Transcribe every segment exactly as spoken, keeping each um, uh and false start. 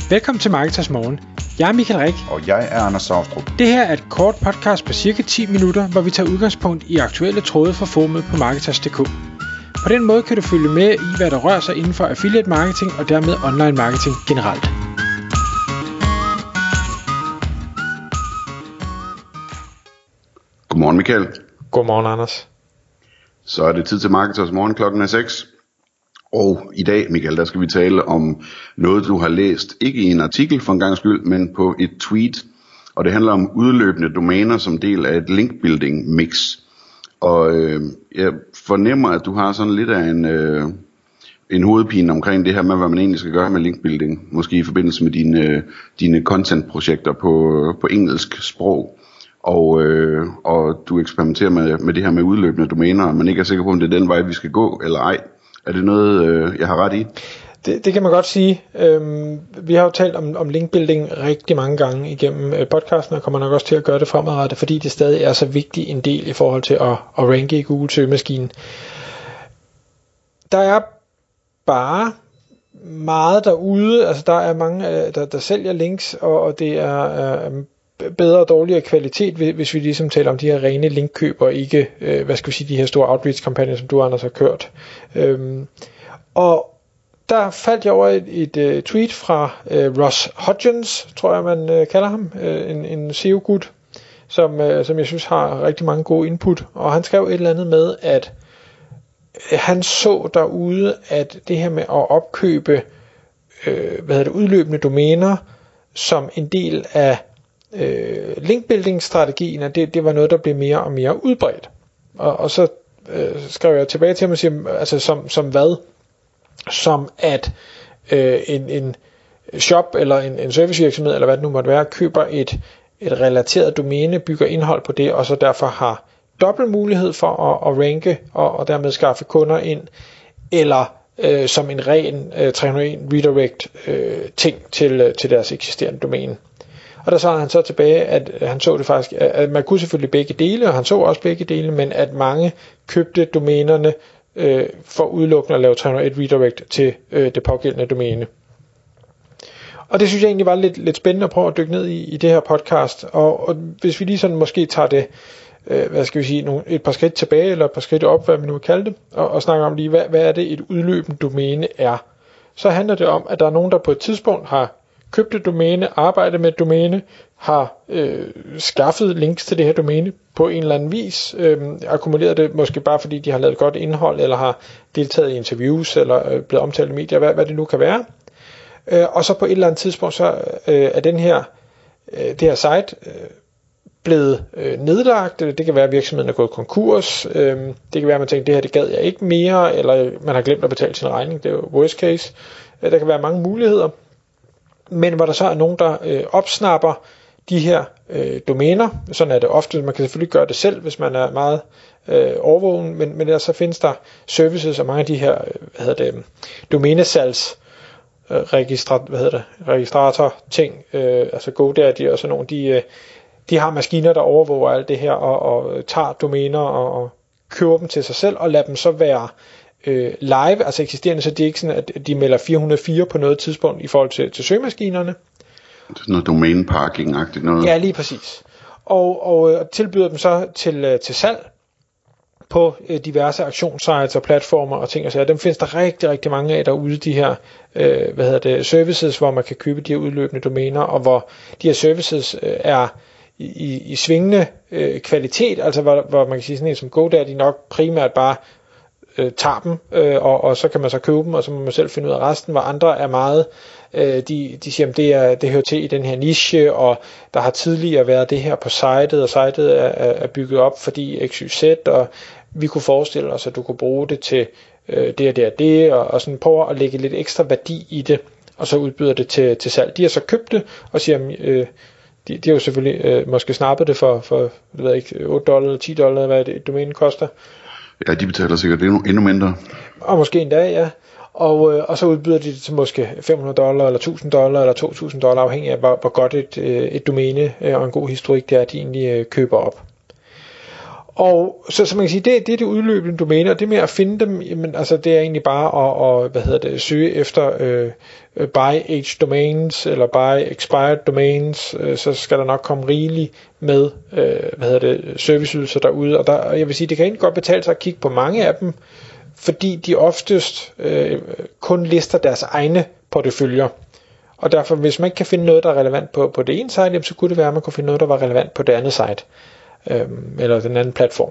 Velkommen til Marketers Morgen. Jeg er Michael Rik. Og jeg er Anders Saustrup. Det her er et kort podcast på cirka ti minutter, hvor vi tager udgangspunkt i aktuelle tråde fra forumet på Marketers punktum d k. På den måde kan du følge med i, hvad der rører sig inden for affiliate marketing og dermed online marketing generelt. Godmorgen Michael. Godmorgen Anders. Så er det tid til Marketers Morgen, klokken er seks. Og i dag, Michael, der skal vi tale om noget, du har læst, ikke i en artikel for en gang skyld, men på et tweet. Og det handler om udløbende domæner som del af et linkbuilding mix. Og øh, jeg fornemmer, at du har sådan lidt af en, øh, en hovedpine omkring det her med, hvad man egentlig skal gøre med linkbuilding. Måske i forbindelse med dine, øh, dine content-projekter på, på engelsk sprog. Og, øh, og du eksperimenterer med, med det her med udløbende domæner, og man ikke er sikker på, om det er den vej, vi skal gå, eller ej. Er det noget, øh, jeg har ret i? Det, det kan man godt sige. Øhm, vi har jo talt om, om linkbuilding rigtig mange gange igennem øh, podcasten, og kommer nok også til at gøre det fremadrettet, fordi det stadig er så vigtig en del i forhold til at, at ranke i Google søgemaskinen. Der er bare meget derude, altså der er mange, der, der sælger links, og, og det er øh, bedre og dårligere kvalitet, hvis vi ligesom taler om de her rene linkkøb, og ikke, øh, hvad skal vi sige, de her store outreach-kampagner, som du, Anders, har kørt. Øhm, og der faldt jeg over et, et uh, tweet fra uh, Ross Hodgins, tror jeg man uh, kalder ham, uh, en, en S E O-gut, som, uh, som jeg synes har rigtig mange gode input, og han skrev et eller andet med, at uh, han så derude, at det her med at opkøbe uh, hvad hedder det, udløbende domæner som en del af uh, linkbuilding-strategien, at det, det var noget, der blev mere og mere udbredt. Og, og så uh, skrev jeg tilbage til ham og siger, altså som, som hvad? Som at øh, en, en shop eller en, en servicevirksomhed, eller hvad det nu måtte være, køber et, et relateret domæne, bygger indhold på det, og så derfor har dobbelt mulighed for at, at ranke, og, og dermed skaffe kunder ind, eller øh, som en ren øh, tre hundrede og en redirect øh, ting til, til deres eksisterende domæne. Og der sagde han så tilbage, at han så det faktisk, at man kunne selvfølgelig begge dele, og han så også begge dele, men at mange købte domænerne øh, for udelukkende at lave tre hundrede og en redirect til øh, det pågældende domæne. Og det synes jeg egentlig var lidt, lidt spændende at prøve at dykke ned i, i det her podcast. Og, og hvis vi lige sådan måske tager det, øh, hvad skal vi sige, nogle, et par skridt tilbage, eller et par skridt op, hvad man nu vil kalde det, og, og snakke om lige, hvad, hvad er det et udløbende domæne er. Så handler det om, at der er nogen, der på et tidspunkt har købt et domæne, arbejdet med et domæne, har øh, skaffet links til det her domæne på en eller anden vis, øh, akkumuleret det måske bare fordi de har lavet godt indhold, eller har deltaget i interviews, eller øh, blevet omtalt i medier, hvad, hvad det nu kan være. Øh, og så på et eller andet tidspunkt, så øh, er den her, øh, det her site øh, blevet øh, nedlagt. Det kan være, at virksomheden er gået konkurs. Øh, det kan være, at man tænker, det her det gad jeg ikke mere, eller man har glemt at betale sin regning. Det er jo worst case. Øh, der kan være mange muligheder. Men hvor der så er nogen, der øh, opsnapper de her øh, domæner, sådan er det ofte, man kan selvfølgelig gøre det selv, hvis man er meget øh, overvågen, men, men der så findes der services og mange af de her, hvad hedder det, domænesalgs øh, registra, hvad hedder det, registrator ting, øh, altså GoDaddy og sådan nogle, de, øh, de har maskiner, der overvåger alt det her og, og tager domæner og, og køber dem til sig selv og lader dem så være øh, live, altså eksisterende, så det er ikke sådan, at de melder fire hundrede og fire på noget tidspunkt i forhold til, til søgemaskinerne. Det er sådan noget domæneparking-agtigt noget. Ja, lige præcis. Og, og tilbyder dem så til, til salg på diverse auktionssites og platformer og ting og sager. Dem findes der rigtig, rigtig mange af derude, de her øh, hvad hedder det, services, hvor man kan købe de her udløbende domæner, og hvor de her services øh, er i, i svingende øh, kvalitet, altså hvor, hvor man kan sige sådan en som GoDaddy nok primært bare øh, tager dem, øh, og, og så kan man så købe dem, og så må man selv finde ud af resten, hvor andre er meget, øh, de, de siger, at det, er, det hører til i den her niche, og der har tidligere været det her på sitet, og sitet er, er bygget op, fordi X Y Z, og vi kunne forestille os, at du kunne bruge det til øh, det og det og det, og, og sådan prøve at lægge lidt ekstra værdi i det, og så udbyder det til, til salg. De har så købt det, og siger, øh, de, de har jo selvfølgelig øh, måske snappet det for, for jeg ved ikke, otte dollar eller ti dollar, hvad det, et domæne koster. Ja, de betaler sikkert endnu, endnu mindre. Og måske endda, ja. Og, øh, og så udbyder de det til måske fem hundrede dollar, eller tusind dollar, eller to tusind dollar, afhængig af, hvor, hvor godt et, øh, et domæne øh, og en god historik det er, de egentlig øh, køber op. Og så, så man kan sige, det, det er det udløbende domæne, og det med at finde dem, jamen, altså det er egentlig bare at, og, hvad hedder det, søge efter øh, buy age domains, eller buy expired domains, øh, så skal der nok komme rigeligt med, øh, hvad hedder det, serviceydelser derude, og, der, og jeg vil sige, det kan egentlig godt betale sig at kigge på mange af dem, fordi de oftest øh, kun lister deres egne porteføljer. Og derfor, hvis man ikke kan finde noget, der er relevant på, på det ene site, jamen, så kunne det være, at man kunne finde noget, der var relevant på det andet site. Øhm, eller den anden platform.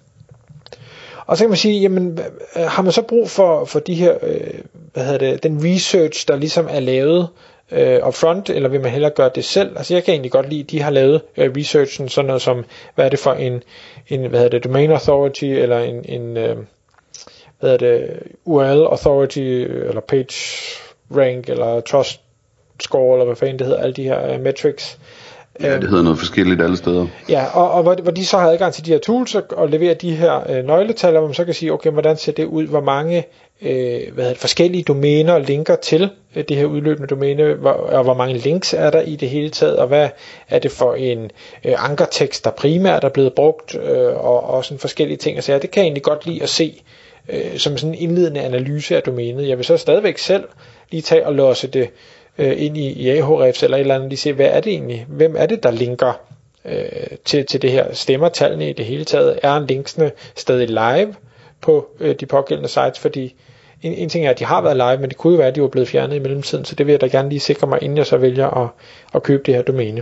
Og så kan man sige, jamen, har man så brug for, for de her, øh, hvad hedder det, den research, der ligesom er lavet øh, upfront, eller vil man hellere gøre det selv? Altså jeg kan egentlig godt lide, at de har lavet øh, researchen, sådan noget som, hvad er det for en, en hvad hedder det, domain authority, eller en, en øh, hvad hedder det, U R L authority, eller page rank, eller trust score, eller hvad fanden det hedder, alle de her uh, metrics. Ja, det hedder noget forskelligt alle steder. Ja, og, og hvor, hvor de så har adgang til de her tools og, og leverer de her øh, nøgletal, hvor man så kan sige, okay, hvordan ser det ud, hvor mange øh, hvad hedder det, forskellige domæner linker til øh, det her udløbende domæne, hvor, og hvor mange links er der i det hele taget, og hvad er det for en øh, ankertekst, der primært er blevet brugt, øh, og, og sådan forskellige ting. Altså ja, det kan jeg egentlig godt lide at se øh, som sådan en indledende analyse af domænet. Jeg vil så stadigvæk selv lige tage og låse det ind i, i Ahrefs eller et eller andet, de siger, hvad er det egentlig? Hvem er det, der linker øh, til, til det her? Stemmertallene i det hele taget? Er linksene stadig live på øh, de pågældende sites? Fordi en, en ting er, at de har været live, men det kunne jo være, at de var blevet fjernet i mellemtiden, så det vil jeg da gerne lige sikre mig, inden jeg så vælger at, at købe det her domæne.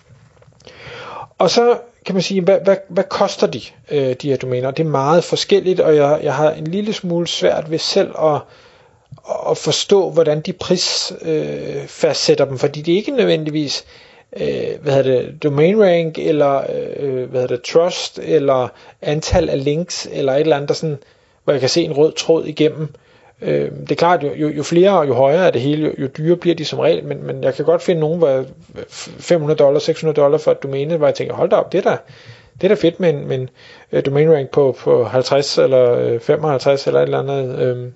Og så kan man sige, hvad, hvad, hvad koster de, øh, de her domæner? Det er meget forskelligt, og jeg, jeg har en lille smule svært ved selv at at forstå, hvordan de pris øh, fastsætter dem, fordi det er ikke nødvendigvis øh, hvad hedder det, domain rank, eller øh, hvad hedder det, trust, eller antal af links, eller et eller andet, der sådan, hvor jeg kan se en rød tråd igennem. Øh, det er klart, jo, jo, jo flere og jo højere er det hele, jo, jo dyrere bliver de som regel, men, men jeg kan godt finde nogen, hvor jeg, fem hundrede dollar, seks hundrede dollar for et domæne, hvor jeg tænker, hold da op, det er da, det er da fedt med en, med en uh, domain rank på, på halvtreds, eller uh, femoghalvtreds, eller et eller andet. Øh,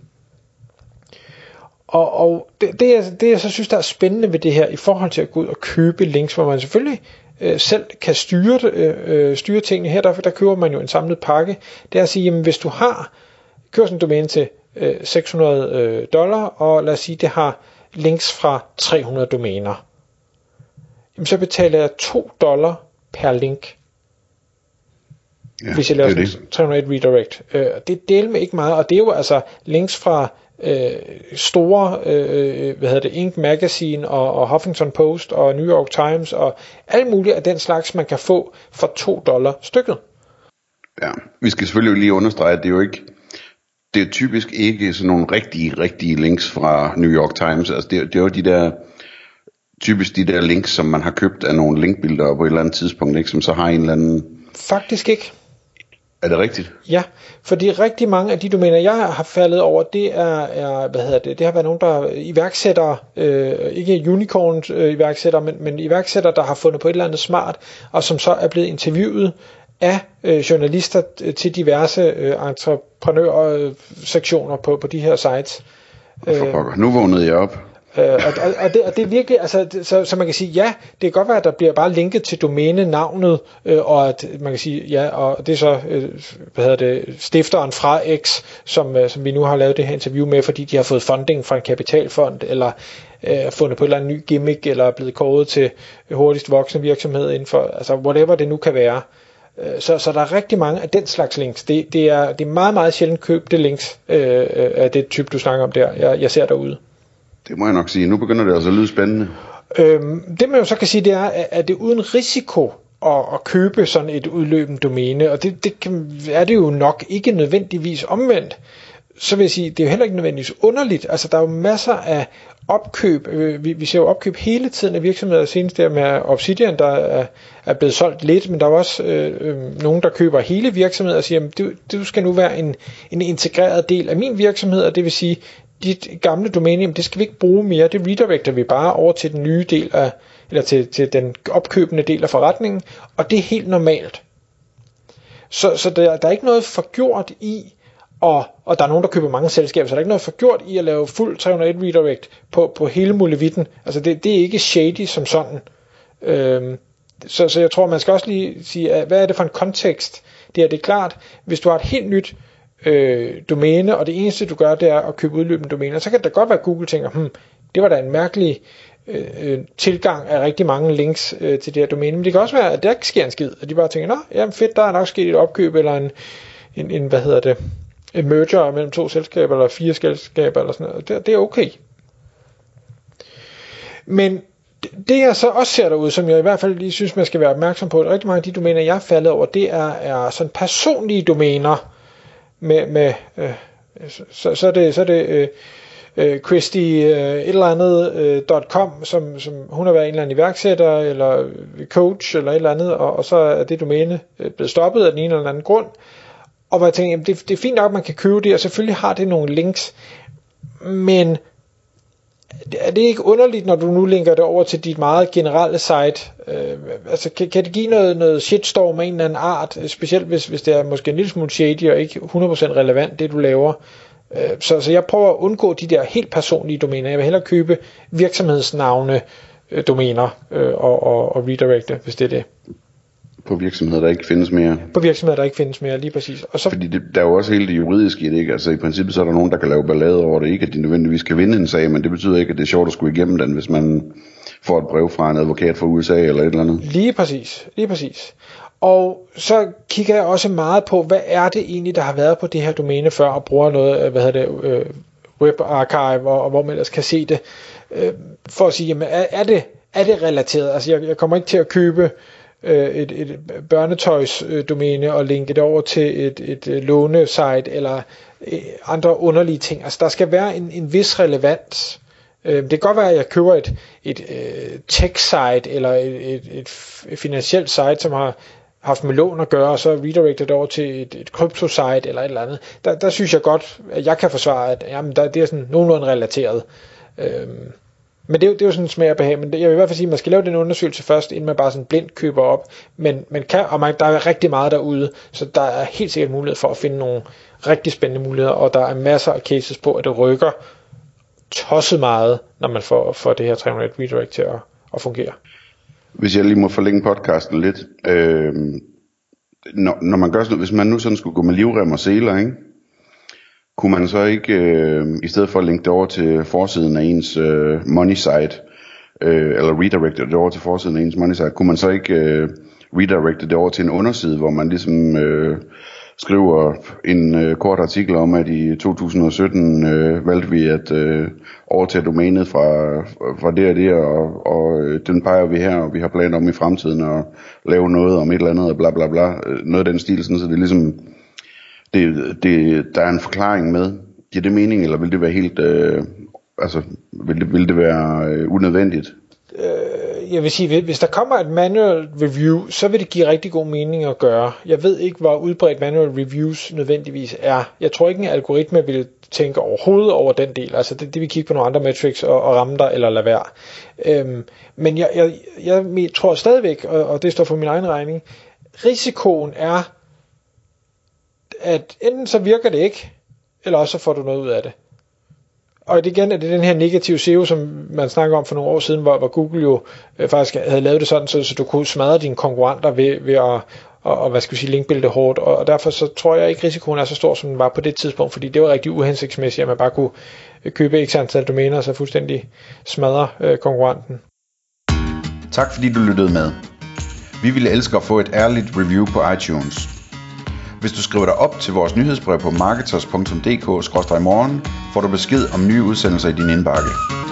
Og, og det, det, jeg, det jeg så synes der er spændende ved det her i forhold til at gå ud og købe links, hvor man selvfølgelig øh, selv kan styre, øh, styre tingene her, der, der køber man jo en samlet pakke, det er at sige, jamen hvis du har køber sådan en domæne til øh, seks hundrede dollar, og lad os sige det har links fra tre hundrede domæner, jamen så betaler jeg to dollar per link. Ja, hvis jeg laver sådan tre hundrede og et redirect. Øh, det deler med ikke meget, og det er jo altså links fra Øh, store øh, hvad hedder det, Inc Magazine og, og Huffington Post og New York Times og alt muligt af den slags, man kan få for to dollar stykket. Ja, vi skal selvfølgelig lige understrege, at det er jo ikke, det er typisk ikke sådan nogle rigtige, rigtige links fra New York Times. Altså det, det er jo de der, typisk de der links, som man har købt af nogle linkbilleder på et eller andet tidspunkt, ikke, som så har en eller anden... Faktisk ikke. Er det rigtigt? Ja, fordi rigtig mange af de domæner, jeg har faldet over, det er, er hvad hedder det, det har været nogen, der iværksætter, øh, ikke unicorn øh, iværksætter, men, men iværksætter, der har fundet på et eller andet smart, og som så er blevet interviewet af øh, journalister til diverse øh, entreprenørsektioner på, på de her sites. Øh, nu vågnede jeg op. Uh, og, og, og, det, og det er virkelig, altså, det, så, så man kan sige, ja, det kan godt være, at der bliver bare linket til domænenavnet, øh, og at man kan sige, ja, og det er så, øh, hvad hedder det, stifteren fra X, som, øh, som vi nu har lavet det her interview med, fordi de har fået funding fra en kapitalfond, eller øh, fundet på et eller andet ny gimmick, eller er blevet kåret til hurtigst voksende virksomhed inden for, altså whatever det nu kan være. Så, så der er rigtig mange af den slags links. Det, det, er, det er meget, meget sjældent købte links øh, af det type, du snakker om der, jeg, jeg ser derude. Det må jeg nok sige. Nu begynder det altså at lyde spændende. Øhm, det man jo så kan sige, det er, at det er uden risiko at, at købe sådan et udløbende domæne, og det, det kan, er det jo nok ikke nødvendigvis omvendt. Så vil jeg sige, det er jo heller ikke nødvendigvis underligt. Altså, der er jo masser af opkøb. Vi, vi ser jo opkøb hele tiden af virksomheder. Senest der med Obsidian, der er, er blevet solgt lidt, men der er også øh, øh, nogen, der køber hele virksomheder og siger, du, du skal nu være en, en integreret del af min virksomhed, og det vil sige, dit gamle domæne, det skal vi ikke bruge mere, det redirecter vi bare over til den nye del af, eller til, til den opkøbende del af forretningen, og det er helt normalt. Så, så der, der er ikke noget forgjort i, og, og der er nogen, der køber mange selskaber, så der er ikke noget forgjort i at lave fuld tre hundrede og et redirect på, på hele muligheden. Altså det, det er ikke shady som sådan. Øhm, så, så jeg tror, man skal også lige sige, hvad er det for en kontekst, Det er det er klart, hvis du har et helt nyt øh, domæne, og det eneste du gør, det er at købe udløbende domæner, så kan det godt være, at Google tænker, hmm, det var da en mærkelig øh, tilgang af rigtig mange links øh, til det her domæne, men det kan også være, at der ikke sker en skid, at de bare tænker, nå, jamen fedt, der er nok sket et opkøb, eller en, en, en hvad hedder det, en merger mellem to selskaber, eller fire selskaber, eller sådan noget, det, det er okay. Men det jeg så også ser derude, som jeg i hvert fald lige synes, man skal være opmærksom på, at rigtig mange af de domæner, jeg er faldet over, det er, er sådan personlige domæner, med, med øh, så, så er det, så er det øh, øh, Christy øh, et eller andet øh, .com, som, som hun har været en eller anden iværksætter, eller coach, eller et eller andet, og, og så er det domæne øh, blevet stoppet af den ene eller anden grund, og hvor jeg tænker, jamen, det, det er fint nok, at man kan købe det, og selvfølgelig har det nogle links, men er det ikke underligt, når du nu linker det over til dit meget generelle site? Øh, altså, kan, kan det give noget, noget shitstorm af en eller anden art, specielt hvis, hvis det er måske en lille smule shady og ikke hundrede procent relevant, det du laver? Øh, så, så jeg prøver at undgå de der helt personlige domæner. Jeg vil hellere købe virksomhedsnavne øh, domæner øh, og, og, og redirecte, hvis det er det. På virksomheder, der ikke findes mere. På virksomheder, der ikke findes mere, lige præcis. Og så... Fordi det, der er jo også hele det juridiske i det, ikke? Altså i princippet så er der nogen, der kan lave ballade over det. Ikke at de nødvendigvis kan vinde en sag, men det betyder ikke, at det er sjovt at skulle igennem den, hvis man får et brev fra en advokat fra U S A eller et eller andet. Lige præcis, lige præcis. Og så kigger jeg også meget på, hvad er det egentlig, der har været på det her domæne før, og bruger noget, hvad hedder det, øh, web archive, og, og hvor man ellers kan se det, øh, for at sige, jamen, er, er, det, er det relateret? Altså jeg, jeg kommer ikke til at købe Et, et børnetøjsdomæne og linke det over til et, et lånesite eller andre underlige ting. Altså der skal være en, en vis relevans. Det kan godt være, at jeg køber et, et, et tech-site eller et, et, et finansielt site, som har haft med lån at gøre, og så redirecter det over til et, et kryptosite eller et eller andet. Der, der synes jeg godt, at jeg kan forsvare, at jamen, der, det er sådan nogenlunde relateret. Øhm, Men det er, jo, det er jo sådan en smag og behag, men jeg vil i hvert fald sige, at man skal lave den undersøgelse først, inden man bare sådan blindt køber op. Men man kan, og man, der er rigtig meget derude, så der er helt sikkert mulighed for at finde nogle rigtig spændende muligheder, og der er masser af cases på, at det rykker tosset meget, når man får, får det her tre hundrede redirect til at, at fungere. Hvis jeg lige må forlænge podcasten lidt, øh, når, når man gør sådan, hvis man nu sådan skulle gå med livrem og seler, ikke? Kunne man så ikke, øh, i stedet for at linke det over til forsiden af ens øh, money site, øh, eller redirecte det over til forsiden af ens money site, kunne man så ikke øh, redirecte det over til en underside, hvor man ligesom øh, skriver en øh, kort artikel om, at i to tusind sytten øh, valgte vi at øh, overtage domænet fra, fra det og det, og, og øh, den peger vi her, og vi har planer om i fremtiden at lave noget om et eller andet, og bla bla bla, noget af den stil, sådan, så det er ligesom... Det, det, der er en forklaring med. Giver det mening, eller vil det være helt, øh, altså, vil det, vil det være øh, unødvendigt? Øh, jeg vil sige, hvis der kommer et manual review, så vil det give rigtig god mening at gøre. Jeg ved ikke, hvor udbredt manual reviews nødvendigvis er. Jeg tror ikke, en algoritme vil tænke overhovedet over den del. Altså det, det vil kigge på nogle andre metrics og, og ramme dig, eller lade være. Øhm, men jeg, jeg, jeg tror stadigvæk, og, og det står for min egen regning, risikoen er, at enten så virker det ikke, eller også så får du noget ud af det. Og igen er det den her negative S E O, som man snakker om for nogle år siden, hvor, hvor Google jo øh, faktisk havde lavet det sådan, så, så du kunne smadre dine konkurrenter ved, ved at og, og, hvad skal vi sige, linkbilde hårdt. Og, og derfor så tror jeg ikke, risikoen er så stor, som den var på det tidspunkt, fordi det var rigtig uhensigtsmæssigt, at man bare kunne købe x antal domæner, og så fuldstændig smadre øh, konkurrenten. Tak fordi du lyttede med. Vi ville elske at få et ærligt review på iTunes. Hvis du skriver dig op til vores nyhedsbrev på marketers punktum d k skråstreg morgen, får du besked om nye udsendelser i din indbakke.